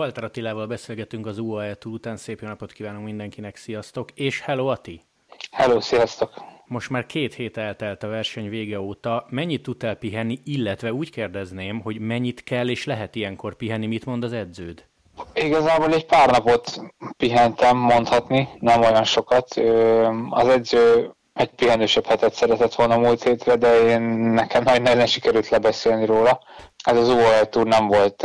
Walter Attilával beszélgetünk az UAE Tour után. Szép jó napot kívánunk mindenkinek, sziasztok! És hello Ati! Hello, sziasztok! Most már 2 hét eltelt a verseny vége óta. Mennyit tud elpihenni, illetve úgy kérdezném, hogy mennyit kell és lehet ilyenkor pihenni, mit mond az edződ? Igazából egy pár napot pihentem, mondhatni, nem olyan sokat. Az edző egy pihenősebb hetet szeretett volna múlt hétre, de nekem nagy nehezen sikerült lebeszélni róla. Ez az UAE Tour nem volt,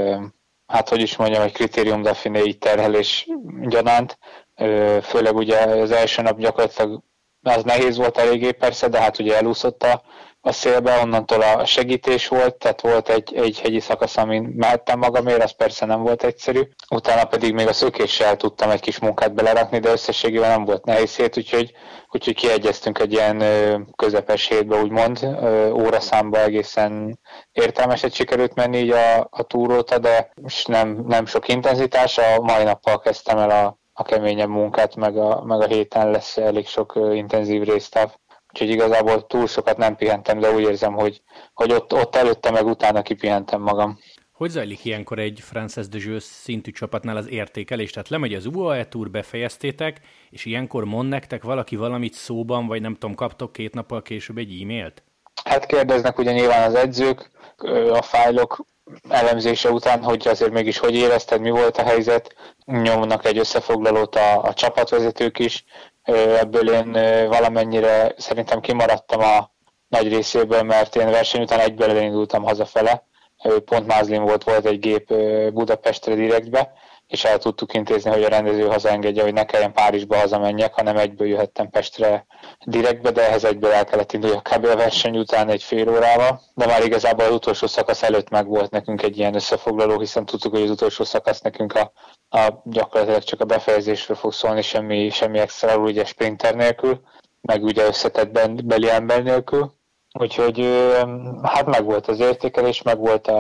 egy kritérium definé így terhelés gyanánt. Főleg ugye az első nap gyakorlatilag az nehéz volt eléggé persze, de hát ugye elúszott a szélbe, onnantól a segítés volt, tehát volt egy hegyi szakasz, amin mehettem magamért, az persze nem volt egyszerű. Utána pedig még a szökéssel tudtam egy kis munkát belerakni, de összességében nem volt nehéz hét, úgyhogy kiegyeztünk egy ilyen közepes hétbe, úgymond, óraszámba egészen értelmeset sikerült menni így a túróta, de nem sok intenzitás, a mai nappal kezdtem el a keményebb munkát, meg a héten lesz elég sok intenzív résztáv. Úgyhogy igazából túl sokat nem pihentem, de úgy érzem, hogy ott előtte meg utána kipihentem magam. Hogy zajlik ilyenkor egy Française des Jeux szintű csapatnál az értékelés? Tehát lemegy az UAE Tour, befejeztétek, és ilyenkor mond nektek valaki valamit szóban, vagy nem tudom, kaptok 2 nappal később egy e-mailt? Hát kérdeznek ugye nyilván az edzők, a fájlok elemzése után, hogy azért mégis hogy érezted, mi volt a helyzet, nyomnak egy összefoglalót a csapatvezetők is. Ebből én valamennyire szerintem kimaradtam a nagy részéből, mert én verseny után egyből elindultam hazafele. Pont Mázlin volt egy gép Budapestre direktbe, és el tudtuk intézni, hogy a rendező hazaengedje, hogy ne kelljen Párizsba hazamenjek, hanem egyből jöhettem Pestre direktbe, de ehhez egyből el kellett induljak kb. A verseny után egy fél órával. De már igazából az utolsó szakasz előtt meg volt nekünk egy ilyen összefoglaló, hiszen tudtuk, hogy az utolsó szakasz nekünk gyakorlatilag csak a befejezésről fog szólni, semmi extra, ugye sprinter nélkül, meg ugye összetett beli ember nélkül. Úgyhogy hát meg volt az értékelés, meg volt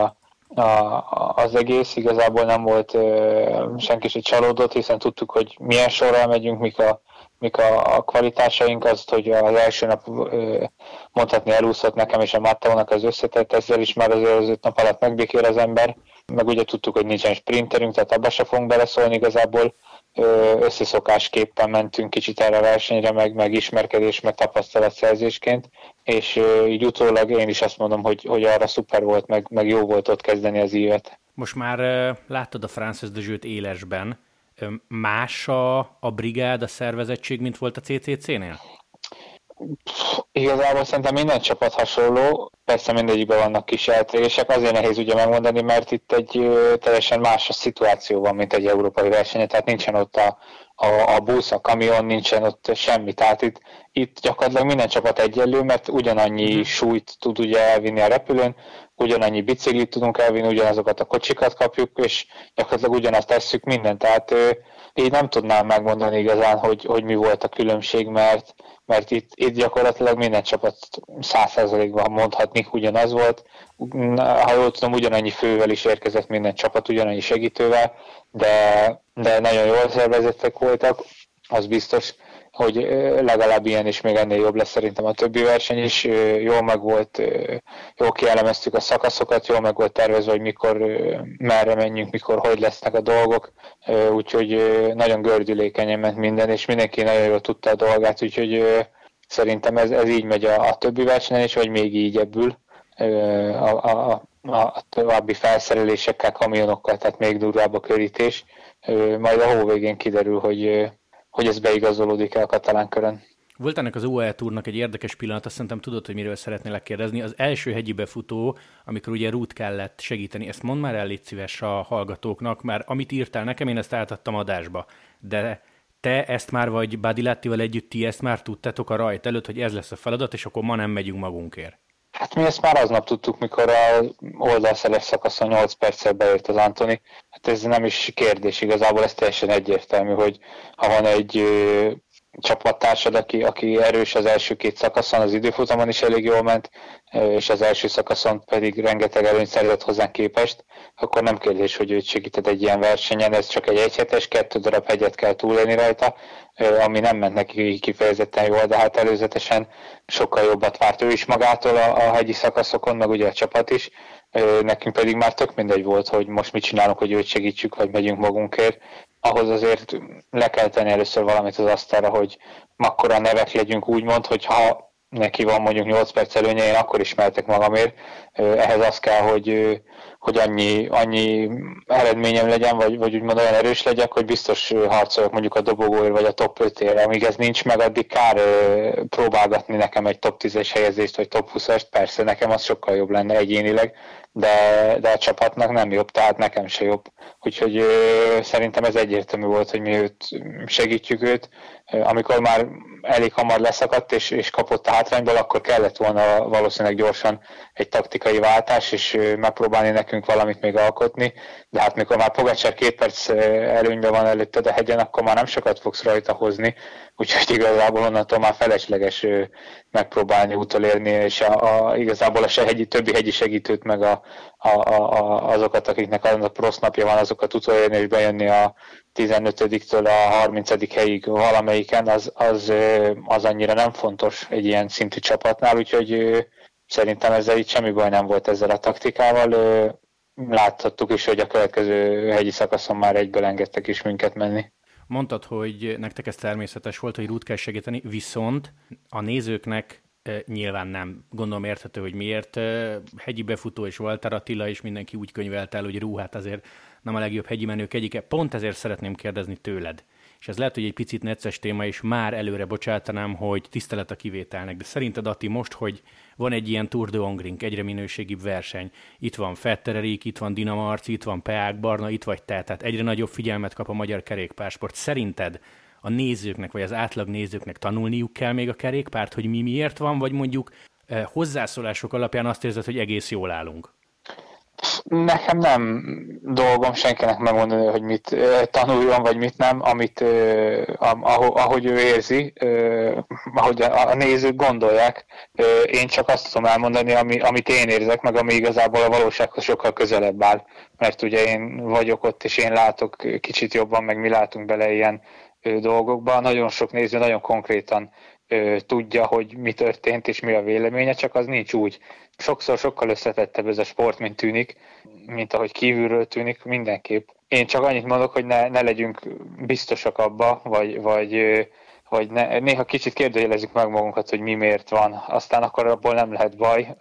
az egész, igazából nem volt senki se csalódott, hiszen tudtuk, hogy milyen sorral megyünk, mik a kvalitásaink, azt, hogy az első nap mondhatni elúszott nekem és a Matteónak az összetett, ezzel is már az 5 nap alatt megbékél az ember, meg ugye tudtuk, hogy nincsen sprinterünk, tehát abba se fogunk beleszólni igazából, összeszokásképpen mentünk kicsit erre a versenyre, meg ismerkedés, meg tapasztalatszerzésként, és így utólag én is azt mondom, hogy arra szuper volt, meg jó volt ott kezdeni az évet. Most már láttad a Française des Jeux-t élesben. Más a brigád, a szervezettség, mint volt a CCC-nél? Igazából szerintem minden csapat hasonló, persze mindegyikben vannak kis eltérések, azért nehéz ugye megmondani, mert itt egy teljesen más a szituáció van, mint egy európai versenye, tehát nincsen ott a busz, a kamion, nincsen ott semmi, tehát itt gyakorlatilag minden csapat egyenlő, mert ugyanannyi súlyt tud ugye elvinni a repülőn, ugyanannyi biciklit tudunk elvinni, ugyanazokat a kocsikat kapjuk, és gyakorlatilag ugyanazt tesszük mindent, tehát így nem tudnám megmondani igazán, hogy mi volt a különbség, mert itt gyakorlatilag minden csapat 100%-ban mondhatni ugyanaz volt. Ha jól tudom, ugyanannyi fővel is érkezett minden csapat, ugyanannyi segítővel, de nagyon jól szervezettek voltak, az biztos, hogy legalább ilyen is még ennél jobb lesz szerintem a többi verseny is. Jól meg volt, jól kielemeztük a szakaszokat, jól meg volt tervezve, hogy mikor, merre menjünk, mikor, hogy lesznek a dolgok, úgyhogy nagyon gördülékenyen ment minden, és mindenki nagyon jól tudta a dolgát, úgyhogy szerintem ez így megy a többi versenyen is, vagy még így ebből a további felszerelésekkel, kamionokkal, tehát még durvább a körítés. Majd a hó végén kiderül, hogy ez beigazolódik-e a katalán körön. Volt ennek az UAE Tournak egy érdekes pillanat, azt szerintem tudod, hogy miről szeretnélek kérdezni. Az első hegyi befutó, amikor ugye Ruth kellett segíteni, ezt mondd már el, légy szíves a hallgatóknak, mert amit írtál nekem, én ezt átadtam adásba. De te ezt már, vagy Badilattival együtt, ti ezt már tudtátok a rajt előtt, hogy ez lesz a feladat, és akkor ma nem megyünk magunkért. Hát mi ezt már aznap tudtuk, mikor a oldalszeles szakaszon 8 perccel beért az Antoni. Hát ez nem is kérdés, igazából ez teljesen egyértelmű, hogy ha van egy csapattársad, aki erős az első 2 szakaszon, az időfutamon is elég jól ment, és az első szakaszon pedig rengeteg előnyt szerzett hozzánk képest, akkor nem kérdés, hogy őt segíted egy ilyen versenyen, ez csak egy egyhetes, 2 darab hegyet kell túlélni rajta, ami nem ment neki kifejezetten jól, de hát előzetesen sokkal jobbat várt ő is magától a hegyi szakaszokon, meg ugye a csapat is, nekünk pedig már tök mindegy volt, hogy most mit csinálunk, hogy őt segítsük, vagy megyünk magunkért. Ahhoz azért le kell tenni először valamit az asztalra, hogy akkora nevek legyünk úgymond, hogy ha neki van mondjuk 8 perc előnye, én akkor is mehetek magamért. Ehhez az kell, hogy annyi eredményem legyen, vagy úgymond olyan erős legyek, hogy biztos harcoljak mondjuk a dobogóért, vagy a top 5-ért. Amíg ez nincs meg, addig kár próbálgatni nekem egy top 10-es helyezést, vagy top 20-ast. Persze nekem az sokkal jobb lenne egyénileg, de a csapatnak nem jobb, tehát nekem se jobb. Úgyhogy szerintem ez egyértelmű volt, hogy mi segítjük őt. Amikor már elég hamar leszakadt és kapott a hátrányból, akkor kellett volna valószínűleg gyorsan egy taktikai váltás, és megpróbálni nekünk valamit még alkotni, de hát mikor már Pogačar 2 perc előnyben van előtted a hegyen, akkor már nem sokat fogsz rajta hozni, úgyhogy igazából onnantól már felesleges megpróbálni utolérni, és igazából többi hegyi segítőt, meg azokat, akiknek az a rossz napja van, azokat utolérni és bejönni a 15-től a 30. helyig valamelyiken, az annyira nem fontos egy ilyen szintű csapatnál, úgyhogy szerintem ezzel itt semmi baj nem volt ezzel a taktikával. Láthattuk is, hogy a következő hegyi szakaszon már egyből engedtek is minket menni. Mondtad, hogy nektek ez természetes volt, hogy Ruth kell segíteni, viszont a nézőknek nyilván nem. Gondolom érthető, hogy miért. Hegyi befutó és Walter Attila, és mindenki úgy könyvelt el, hogy hát azért nem a legjobb hegyi menők egyike. Pont ezért szeretném kérdezni tőled. És ez lehet, hogy egy picit necces téma, és már előre bocsátanám, hogy tisztelet a kivételnek. De szerinted, Atti, most, hogy van egy ilyen Tour de Hongring, egyre minőségibb verseny, itt van Fettererik, itt van Dina Marci, itt van Peák Barna, itt vagy te, tehát egyre nagyobb figyelmet kap a magyar kerékpársport. Szerinted a nézőknek, vagy az átlag nézőknek tanulniuk kell még a kerékpárt, hogy mi miért van, vagy mondjuk hozzászólások alapján azt érzed, hogy egész jól állunk? Nekem nem dolgom senkinek megmondani, hogy mit tanuljon, vagy mit nem, ahogy ő érzi, ahogy a nézők gondolják. Én csak azt tudom elmondani, amit én érzek, meg ami igazából a valósághoz sokkal közelebb áll. Mert ugye én vagyok ott, és én látok kicsit jobban, meg mi látunk bele ilyen dolgokba. Nagyon sok néző nagyon konkrétan tudja, hogy mi történt és mi a véleménye, csak az nincs úgy. Sokszor sokkal összetettebb ez a sport, mint tűnik, mint ahogy kívülről tűnik mindenképp. Én csak annyit mondok, hogy ne legyünk biztosak abba, vagy néha kicsit kérdőjelezzük meg magunkat, hogy mi miért van. Aztán akkor abból nem lehet baj.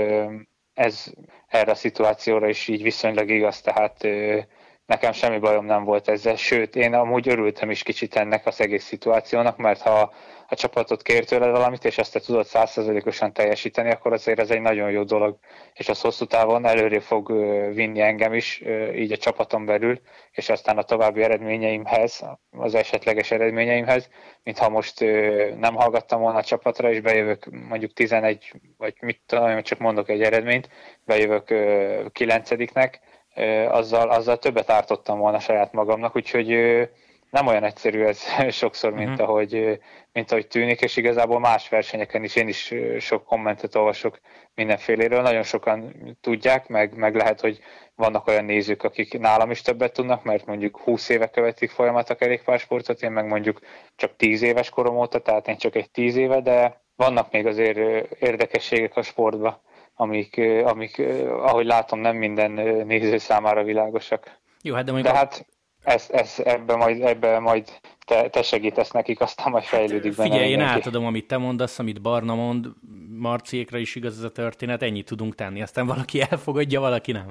Ez erre a szituációra is így viszonylag igaz, tehát nekem semmi bajom nem volt ezzel, sőt, én amúgy örültem is kicsit ennek az egész szituációnak, mert ha a csapatot kér tőled valamit, és ezt te tudod 100%-osan teljesíteni, akkor azért ez egy nagyon jó dolog, és az hosszú távon előre fog vinni engem is, így a csapaton belül, és aztán a további eredményeimhez, az esetleges eredményeimhez, mintha most nem hallgattam volna a csapatra, és bejövök mondjuk 11, vagy mit tudom, csak mondok egy eredményt, bejövök 9-nek, azzal többet ártottam volna saját magamnak, úgyhogy nem olyan egyszerű ez sokszor, mint ahogy tűnik, és igazából más versenyeken is én is sok kommentet olvasok mindenféléről. Nagyon sokan tudják, meg lehet, hogy vannak olyan nézők, akik nálam is többet tudnak, mert mondjuk 20 éve követik folyamat a kerékpársportot, én meg mondjuk csak 10 éves korom óta, tehát én csak egy 10 éve, de vannak még azért érdekességek a sportban, amik ahogy látom, nem minden néző számára világosak. Jó, hát de hát ebben majd te segítesz nekik, aztán majd fejlődik benne. Figyelj, én átadom, amit te mondasz, amit Barna mond, Marciékra is igaz ez a történet, ennyit tudunk tenni, aztán valaki elfogadja, valaki nem.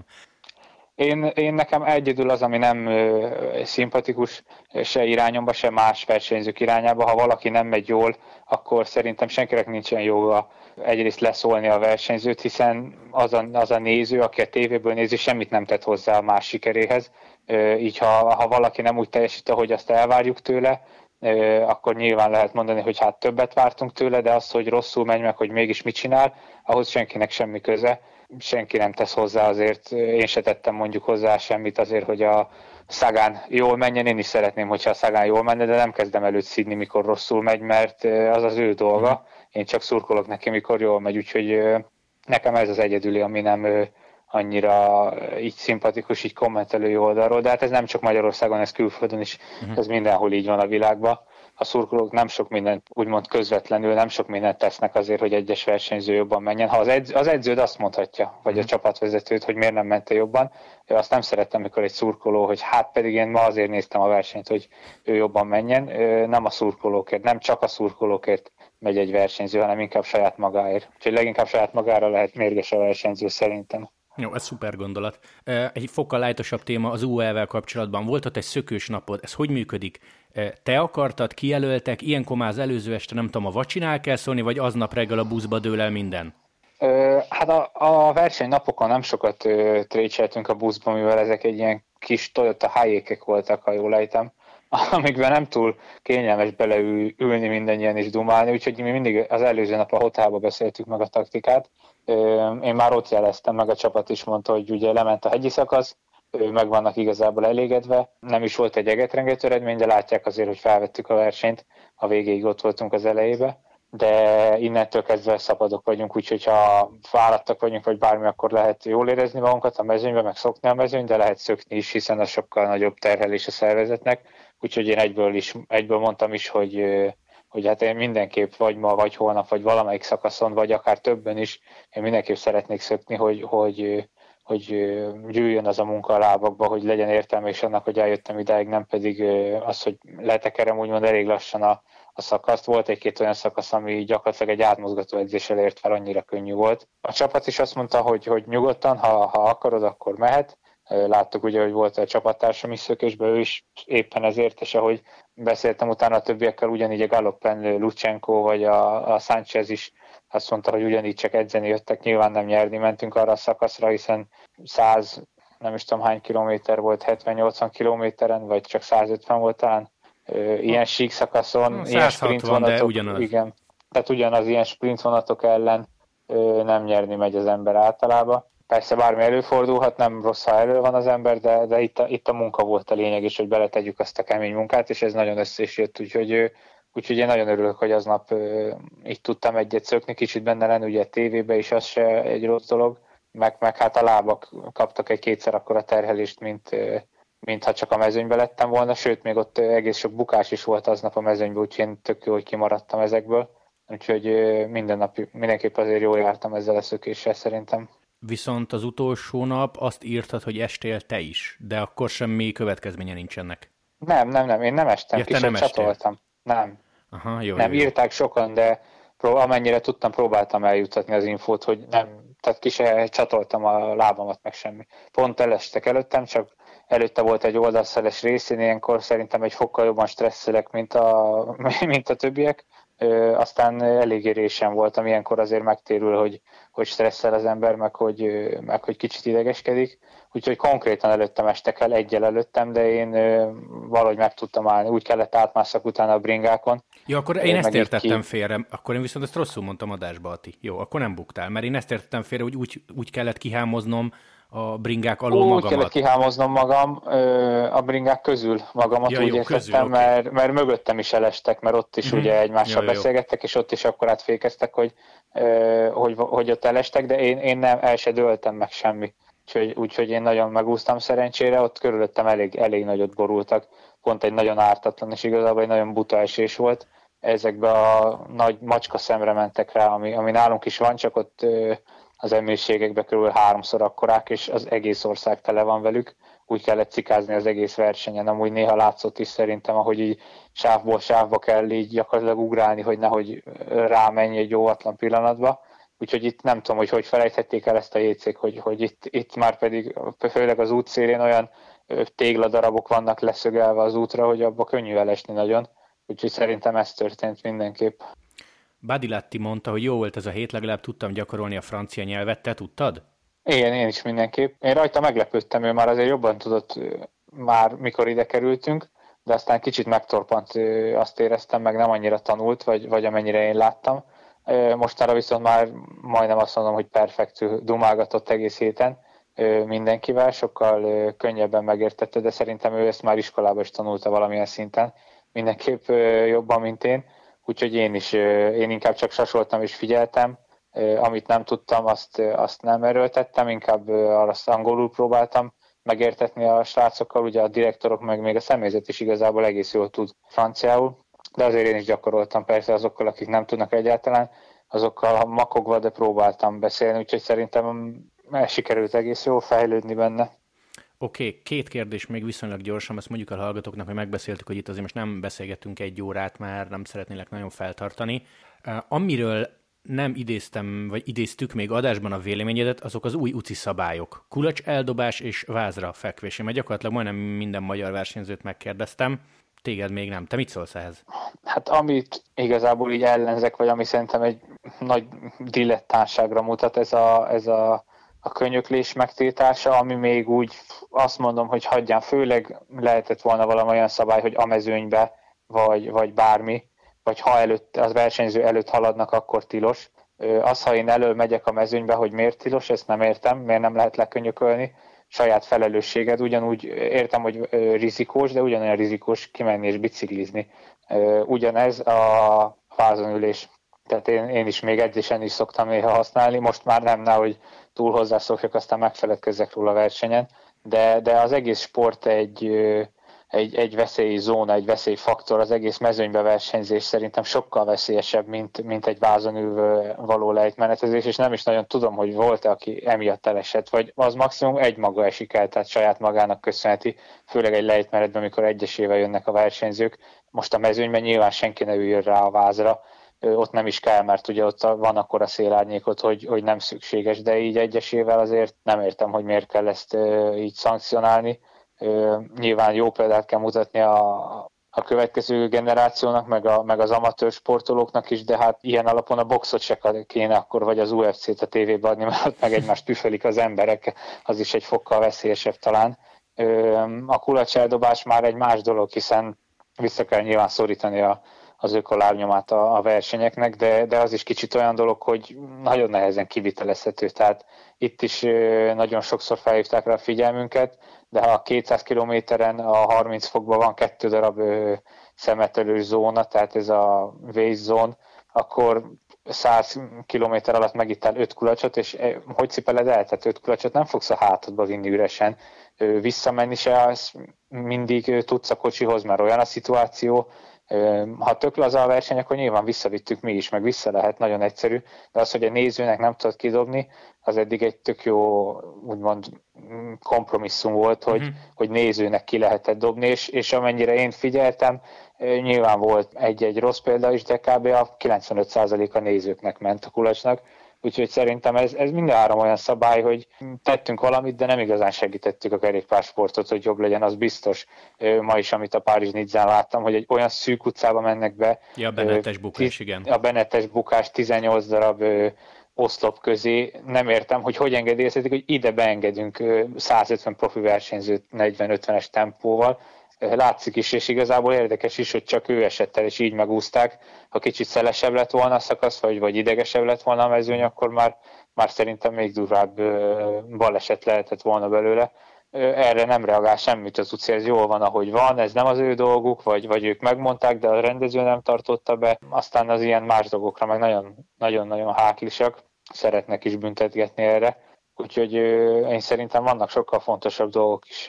Én nekem egyedül az, ami nem szimpatikus se irányomba, se más versenyzők irányába. Ha valaki nem megy jól, akkor szerintem senkinek nincsen joga egyrészt leszólni a versenyzőt, hiszen az a néző, aki a tévéből nézi, semmit nem tett hozzá a más sikeréhez. Így ha valaki nem úgy teljesít, ahogy azt elvárjuk tőle, akkor nyilván lehet mondani, hogy hát többet vártunk tőle, de az, hogy rosszul megy meg, hogy mégis mit csinál, ahhoz senkinek semmi köze. Senki nem tesz hozzá azért, én se tettem mondjuk hozzá semmit azért, hogy a Sagan jól menjen, én is szeretném, hogyha a Sagan jól menne, de nem kezdem előtt szidni, mikor rosszul megy, mert az az ő dolga, én csak szurkolok neki, mikor jól megy, úgyhogy nekem ez az egyedüli, ami nem annyira így szimpatikus, így kommentelői oldalról, de hát ez nem csak Magyarországon, ez külföldön is, ez mindenhol így van a világban. a szurkolók nem sok mindent, úgymond közvetlenül nem sok mindent tesznek azért, hogy egyes versenyző jobban menjen. Ha az edződ azt mondhatja, vagy a csapatvezetőt, hogy miért nem mente jobban, azt nem szeretem, amikor egy szurkoló, hogy hát pedig én ma azért néztem a versenyt, hogy ő jobban menjen. Nem a szurkolókért, nem csak a szurkolókért megy egy versenyző, hanem inkább saját magáért. Úgyhogy leginkább saját magára lehet mérges a versenyző szerintem. Jó, ez szuper gondolat. Egy fokkal lájtosabb téma az UE-vel kapcsolatban. Volt ott egy szökős napod. Ez hogy működik? Te akartad, kijelöltek, ilyenkor már az előző este nem tudom, a vacsinál kell szólni, vagy aznap reggel a buszba dől el minden? Hát a versenynapokon nem sokat trécseltünk a buszban, mivel ezek egy ilyen kis Toyota Hiace-ek voltak, ha jól ejtem, amikben nem túl kényelmes beleülni mindannyian és dumálni, úgyhogy mi mindig az előző nap a hotelba beszéltük meg a taktikát. Én már ott jeleztem, meg a csapat is mondta, hogy ugye lement a hegyi szakasz, meg vannak igazából elégedve. Nem is volt egy egetrengető eredmény, de látják azért, hogy felvettük a versenyt, a végéig ott voltunk az elejébe, de innentől kezdve szabadok vagyunk, úgyhogy ha fáradtak vagyunk, vagy bármi, akkor lehet jól érezni magunkat a mezőnybe, meg szokni a mezőny, de lehet szökni is, hiszen az sokkal nagyobb terhelés a szervezetnek, úgyhogy én egyből mondtam is, hogy hát én mindenképp vagy ma, vagy holnap, vagy valamelyik szakaszon, vagy akár többen is, én mindenképp szeretnék szökni, hogy gyűjjön az a munka a lábakba, hogy legyen értelme is annak, hogy eljöttem idáig, nem pedig az, hogy letekerem úgymond elég lassan a szakaszt. Volt egy-két olyan szakasz, ami gyakorlatilag egy átmozgató edzéssel ért fel, annyira könnyű volt. A csapat is azt mondta, hogy nyugodtan, ha akarod, akkor mehet. Láttuk ugye, hogy volt a csapattársam is szökésben, ő is éppen ezért, és ahogy beszéltem utána a többiekkel, ugyanígy a Galoppen, Lucsenko vagy a Sánchez is azt mondta, hogy ugyanígy csak edzeni jöttek, nyilván nem nyerni mentünk arra a szakaszra, hiszen 100, nem is tudom hány kilométer volt, 70-80 kilométeren, vagy csak 150 volt talán. Ilyen sík szakaszon, ilyen sprint vonatok, igen, tehát ugyanaz ilyen sprint vonatok ellen nem nyerni megy az ember általában. Persze bármi előfordulhat, nem rossz, ha elő van az ember, de itt a munka volt a lényeg, és hogy beletegyük azt a kemény munkát, és ez nagyon össze is jött, úgyhogy én nagyon örülök, hogy aznap így tudtam egyet szökni, kicsit benne lenni, ugye tévébe is az se egy rossz dolog, meg hát a lábak kaptak egy kétszer akkora terhelést, mint ha csak a mezőnybe lettem volna, sőt, még ott egész sok bukás is volt aznap a mezőnyben, úgyhogy én tök jó, hogy kimaradtam ezekből, úgyhogy mindenképp azért jól jártam ezzel a szökéssel szerintem. Viszont az utolsó nap azt írtad, hogy estél te is, de akkor semmi következménye nincsenek. Nem, én nem estem, ja, kicsit csatoltam. Nem. Aha, jó, nem, jó. Írták sokan, de amennyire tudtam, próbáltam eljutatni az infót, hogy nem, tehát ki se csatoltam a lábamat, meg semmi. Pont elestek előttem, csak előtte volt egy oldalszeles részén, ilyenkor szerintem egy fokkal jobban stresszelek, mint a többiek. Aztán elég érésen voltam, ilyenkor azért megtérül, hogy stresszel az ember, meg hogy kicsit idegeskedik. Úgyhogy konkrétan előttem estek el, egyel előttem, de én valahogy meg tudtam állni. Úgy kellett átmásszak utána a bringákon. Ja, akkor én ezt értettem félre. Akkor én viszont ezt rosszul mondtam adásba, Ati. Jó, akkor nem buktál, mert én ezt értettem félre, hogy úgy kellett kihámoznom a bringák alól magamat. Úgy kellett kihámoznom magam, a bringák közül magamat, ja, úgy értettem, okay. mert mögöttem is elestek, mert ott is ugye egymással beszélgettek, és ott is akkor átfékeztek, hogy ott elestek, de én nem, el se dőltem meg semmi. Úgyhogy én nagyon megúsztam szerencsére, ott körülöttem elég nagyot borultak, pont egy nagyon ártatlan, és igazából egy nagyon buta esés volt. Ezekbe a nagy macska szemre mentek rá, ami nálunk is van, csak ott az emlőségekbe körül 3-szor akkorák, és az egész ország tele van velük. Úgy kellett cikázni az egész versenyen, amúgy néha látszott is szerintem, ahogy így sávból sávba kell így gyakorlatilag ugrálni, hogy nehogy rámenj egy óvatlan pillanatba. Úgyhogy itt nem tudom, hogy felejthették el ezt a jécék, hogy itt már pedig főleg az útszélén olyan tégladarabok vannak leszögelve az útra, hogy abba könnyű elesni nagyon. Úgyhogy szerintem ez történt mindenképp. Badilatti mondta, hogy jó volt ez a hét, legalább tudtam gyakorolni a francia nyelvet, te tudtad? Igen, én is mindenképp. Én rajta meglepődtem, ő már azért jobban tudott már mikor ide kerültünk, de aztán kicsit megtorpant, azt éreztem, meg nem annyira tanult, vagy amennyire én láttam. Mostanra viszont már majdnem azt mondom, hogy perfekt dumálgatott egész héten mindenkivel, sokkal könnyebben megértette, de szerintem ő ezt már iskolában is tanulta valamilyen szinten, mindenképp jobban, mint én. Úgyhogy én inkább csak sasoltam és figyeltem, amit nem tudtam, azt nem erőltettem, inkább arra angolul próbáltam megértetni a srácokkal, ugye a direktorok, meg még a személyzet is igazából egész jól tud franciául, de azért én is gyakoroltam persze azokkal, akik nem tudnak egyáltalán, azokkal makogva, de próbáltam beszélni, úgyhogy szerintem sikerült egész jól fejlődni benne. Oké, két kérdés még viszonylag gyorsan, ezt mondjuk a hallgatóknak, hogy megbeszéltük, hogy itt azért most nem beszélgettünk egy órát, már nem szeretnélek nagyon feltartani. Amiről nem idéztem, vagy idéztük még adásban a véleményedet, azok az új UCI szabályok. Kulacs eldobás és vázra fekvés. Én gyakorlatilag majdnem minden magyar versenyzőt megkérdeztem, téged még nem. Te mit szólsz ehhez? Hát amit igazából így ellenzek, vagy ami szerintem egy nagy dilettánságra mutat, ez a könyöklés megtiltása, ami még úgy azt mondom, hogy hagyján, főleg lehetett volna valami olyan szabály, hogy a mezőnybe, vagy bármi, vagy ha előtt, az versenyző előtt haladnak, akkor tilos. Az, ha én elől megyek a mezőnybe, hogy miért tilos, ezt nem értem, miért nem lehet lekönyökölni, saját felelősséged, ugyanúgy értem, hogy rizikós, de ugyanolyan rizikós kimenni és biciklizni. Ugyanez a vázonülés. Tehát én is még edzésen is szoktam néha használni, most már nem, hogy túl hozzászokjak, aztán megfeledkezzek róla a versenyen, de az egész sport egy veszélyzóna, egy veszélyfaktor, az egész mezőnybe versenyzés szerintem sokkal veszélyesebb, mint egy vázon ülve való lejtmenetezés, és nem is nagyon tudom, hogy volt-e, aki emiatt elesett, vagy az maximum egy maga esik el, tehát saját magának köszönheti, főleg egy lejtmenetben, amikor egyesével jönnek a versenyzők. Most a mezőnyben nyilván senki ne üljön rá a vázra, ott nem is kell, mert ugye ott van akkora szélárnyékot, hogy nem szükséges, de így egyesével azért nem értem, hogy miért kell ezt így szankcionálni. Nyilván jó példát kell mutatni a következő generációnak, meg az amatőr sportolóknak is, de hát ilyen alapon a boxot se kéne akkor, vagy az UFC-t a tévébe adni, mert ott meg egymást tüfölik az emberek, az is egy fokkal veszélyesebb talán. A kulacseldobás már egy más dolog, hiszen vissza kell nyilván szorítani az ökolábnyomát a versenyeknek, de az is kicsit olyan dolog, hogy nagyon nehezen kivitelezhető. Tehát itt is nagyon sokszor felhívták rá a figyelmünket, de ha a 200 kilométeren a 30 fokban van 2 darab szemetelős zóna, tehát ez a waste zone, akkor 100 kilométer alatt megittál 5 kulacsot, és hogy cipeled el? Tehát 5 kulacsot nem fogsz a hátadba vinni üresen. Visszamenni se mindig tudsz a kocsihoz, mert olyan a szituáció. Ha tök laza a verseny, akkor nyilván visszavittük mi is, meg vissza lehet, nagyon egyszerű, de az, hogy a nézőnek nem tudod kidobni, az eddig egy tök jó, úgymond kompromisszum volt, hogy nézőnek ki lehetett dobni, és amennyire én figyeltem, nyilván volt egy-egy rossz példa is, de kb. A 95% a nézőknek ment a kulacsnak, úgyhogy szerintem ez minden három olyan szabály, hogy tettünk valamit, de nem igazán segítettük a kerékpársportot, hogy jobb legyen, az biztos. Ma is, amit a Párizs-Nizzán láttam, hogy egy olyan szűk utcába mennek be. Ja, a Benetes bukás, igen. A Benetes bukás 18 darab oszlop közé. Nem értem, hogy engedélyezhetik, hogy ide beengedünk 150 profi versenyzőt 40-50-es tempóval. Látszik is, és igazából érdekes is, hogy csak ő esett el, és így megúzták. Ha kicsit szelesebb lett volna a szakasz, vagy idegesebb lett volna a mezőny, akkor már szerintem még durvább baleset lehetett volna belőle. Erre nem reagál semmit az UCI, ez jól van, ahogy van, ez nem az ő dolguk, vagy ők megmondták, de a rendező nem tartotta be. Aztán az ilyen más dolgokra meg nagyon-nagyon háklisak, szeretnek is büntetgetni erre. Úgyhogy én szerintem vannak sokkal fontosabb dolgok is,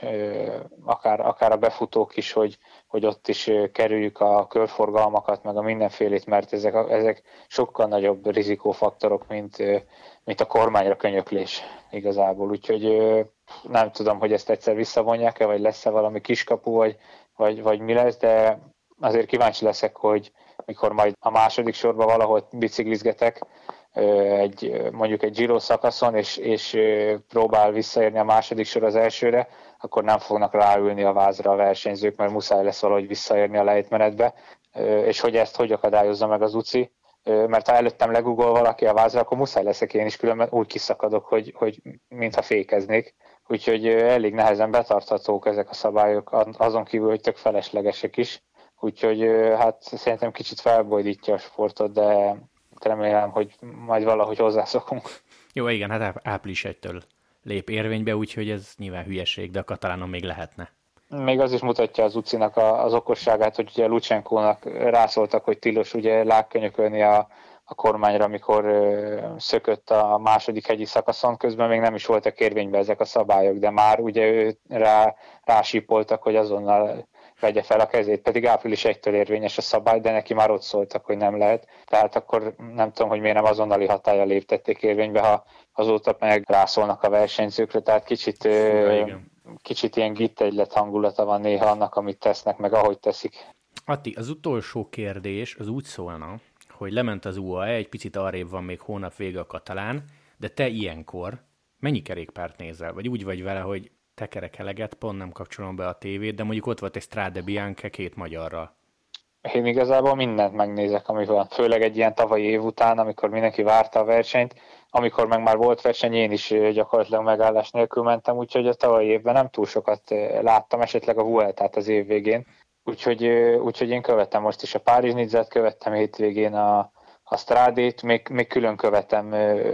akár a befutók is, hogy ott is kerüljük a körforgalmakat, meg a mindenfélét, mert ezek sokkal nagyobb rizikófaktorok, mint a kormányra könyöklés igazából. Úgyhogy nem tudom, hogy ezt egyszer visszavonják-e, vagy lesz-e valami kiskapu, vagy mi lesz, de azért kíváncsi leszek, hogy mikor majd a második sorban valahol biciklizgetek, mondjuk egy Giro szakaszon, és próbál visszaérni a második sor az elsőre, akkor nem fognak ráülni a vázra a versenyzők, mert muszáj lesz valahogy visszaérni a lejtmenetbe, és hogy ezt hogy akadályozza meg az UCI, mert ha előttem legugol valaki a vázra, akkor muszáj leszek én is, különben úgy kiszakadok, hogy mintha fékeznék. Úgyhogy elég nehezen betarthatók ezek a szabályok, azon kívül, hogy tök feleslegesek is. Úgyhogy hát szerintem kicsit felbojdítja a sportot, de remélem, hogy majd valahogy hozzászokunk. Jó, igen, hát április 1-től lép érvénybe, úgyhogy ez nyilván hülyeség, de a katalánon még lehetne. Még az is mutatja az UCI-nak az okosságát, hogy ugye Lucsenkónak rászóltak, hogy tilos ugye lábkönyökölni a kormányra, amikor szökött a második hegyi szakaszon, közben még nem is voltak érvényben ezek a szabályok, de már ugye rásípoltak, hogy azonnal vegye fel a kezét, pedig április 1-től érvényes a szabály, de neki már ott szóltak, hogy nem lehet. Tehát akkor nem tudom, hogy miért nem azonnali hatállyal léptették érvénybe, ha azóta meg rászólnak a versenyzőkre, tehát kicsit ilyen gittegylet hangulata van néha annak, amit tesznek, meg ahogy teszik. Atti, az utolsó kérdés az úgy szólna, hogy lement az UAE, egy picit arrébb van még hónap vége a katalán, de te ilyenkor mennyi kerékpárt nézel? Vagy úgy vagy vele, hogy tekerek eleget, pont nem kapcsolom be a tévét, de mondjuk ott volt egy Strade Bianche 2 magyarral. Én igazából mindent megnézek, ami van. Főleg egy ilyen tavalyi év után, amikor mindenki várta a versenyt, amikor meg már volt verseny, én is gyakorlatilag megállás nélkül mentem, úgyhogy a tavalyi évben nem túl sokat láttam, esetleg a Vueltát az év végén. Úgyhogy én követem most is a Párizs-Nizzát, követtem hétvégén a Strádét, még külön követem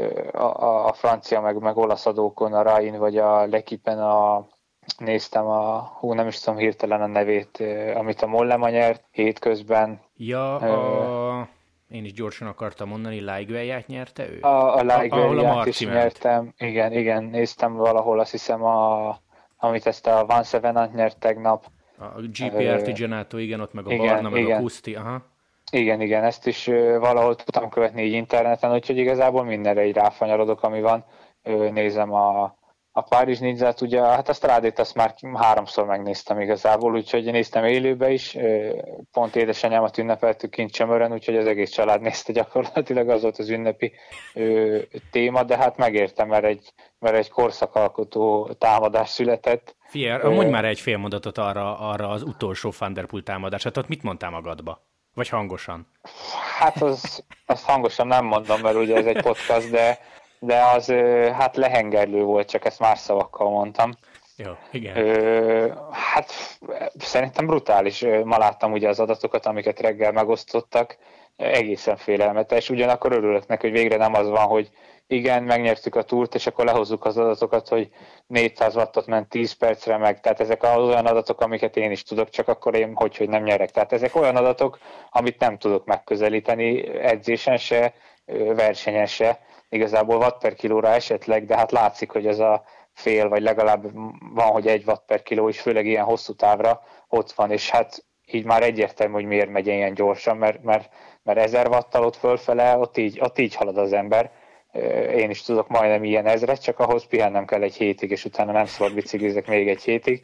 a francia, meg olasz adókon, a Rain vagy a L'Equipen, néztem nem is tudom hirtelen a nevét, amit a Mollema nyert hétközben. Ja, én is gyorsan akartam mondani, Laigueját nyerte ő? A Laigueját is nyertem, igen, néztem valahol, azt hiszem, amit ezt a Van Sevenant nyert tegnap. A GP Artigianato, igen, ott meg a Barna, meg a Kuszti, aha. Igen, ezt is valahol tudtam követni így interneten, úgyhogy igazából mindenre így ráfanyarodok, ami van. Nézem a Párizs-Nizzát, ugye, hát a Strádét azt már 3-szor megnéztem igazából, úgyhogy néztem élőbe is, pont édesanyámat ünnepeltük kint Csömören, úgyhogy az egész család nézte gyakorlatilag, az volt az ünnepi téma, de hát megértem, mert egy korszakalkotó támadás született. Figyelj, mondj már egy fél mondatot arra az utolsó Van der Poel támadását, ott mit mondtál magadba? Vagy hangosan? Hát azt hangosan nem mondom, mert ugye ez egy podcast, de az hát lehengerlő volt, csak ezt más szavakkal mondtam. Jó, igen. Hát szerintem brutális. Ma láttam ugye az adatokat, amiket reggel megosztottak. Egészen félelmetes. Ugyanakkor örülök neki, hogy végre nem az van, hogy igen, megnyertük a túrt, és akkor lehozzuk az adatokat, hogy 400 wattot ment 10 percre meg. Tehát ezek olyan adatok, amiket én is tudok, csak akkor én hogy nem nyerek. Tehát ezek olyan adatok, amit nem tudok megközelíteni edzésen se, versenyen se. Igazából watt per kilóra esetleg, de hát látszik, hogy ez a fél, vagy legalább van, hogy 1 watt per kiló is, főleg ilyen hosszú távra ott van, és hát így már egyértelmű, hogy miért megy ilyen gyorsan, mert 1000 watttal ott fölfele, ott így halad az ember. Én is tudok majdnem ilyen 1000-et, csak ahhoz pihennem kell egy hétig, és utána nem szabad biciklizek még egy hétig.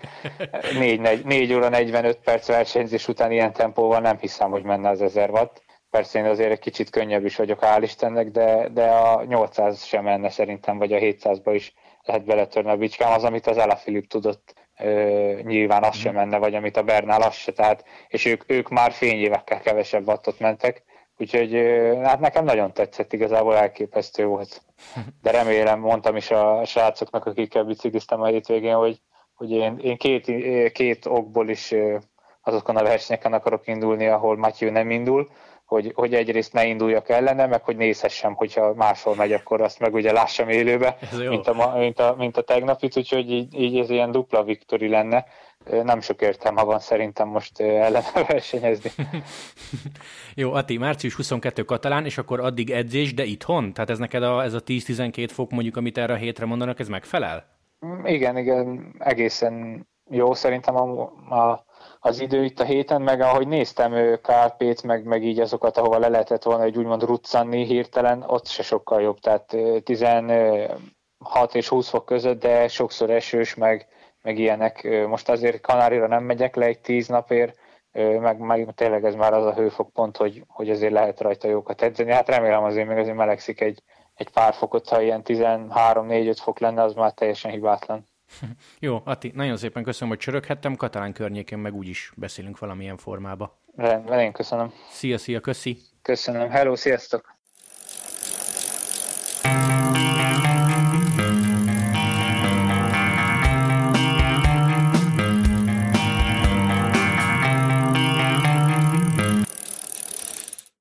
4 óra 45 perc versenyzés után ilyen tempóval nem hiszem, hogy menne az 1000 watt. Persze én azért egy kicsit könnyebb is vagyok, hál' Istennek, de a 800 sem menne szerintem, vagy a 700-ba is lehet beletörni a bicskám. Az, amit az Alaphilippe tudott, nyilván az sem menne, vagy amit a Bernal az se, tehát, és ők már fényévekkel kevesebb wattot mentek, úgyhogy hát nekem nagyon tetszett, igazából elképesztő volt. De remélem, mondtam is a srácoknak, akikkel bicikliztem a hétvégén, hogy én két okból is azokon a versenyeken akarok indulni, ahol Mathieu nem indul, hogy egyrészt ne induljak ellene, meg hogy nézhessem, hogyha máshol megy, akkor azt meg ugye lássam élőbe, mint a tegnapit, úgyhogy így ez ilyen dupla viktori lenne. Nem sok értelme van szerintem most ellene versenyezni. Jó, Ati, március 22 katalán, és akkor addig edzés, de itthon? Tehát ez neked ez a 10-12 fok mondjuk, amit erre a hétre mondanak, ez megfelel? Igen, egészen jó szerintem az idő itt a héten, meg ahogy néztem Kárpét, meg így azokat, ahova le lehetett volna, hogy úgymond ruccanni hirtelen, ott se sokkal jobb, tehát 16 és 20 fok között, de sokszor esős, meg ilyenek. Most azért Kanárira nem megyek le egy 10 napért, meg tényleg ez már az a hőfokpont, hogy azért lehet rajta jókat edzeni. Hát remélem azért még azért melegszik egy pár fokot, ha ilyen 13-4-5 fok lenne, az már teljesen hibátlan. Jó, Ati, nagyon szépen köszönöm, hogy csöröghettem, Katalán környéken meg úgyis beszélünk valamilyen formába. Rendben, én köszönöm. Szia, köszi! Köszönöm, hello, sziasztok!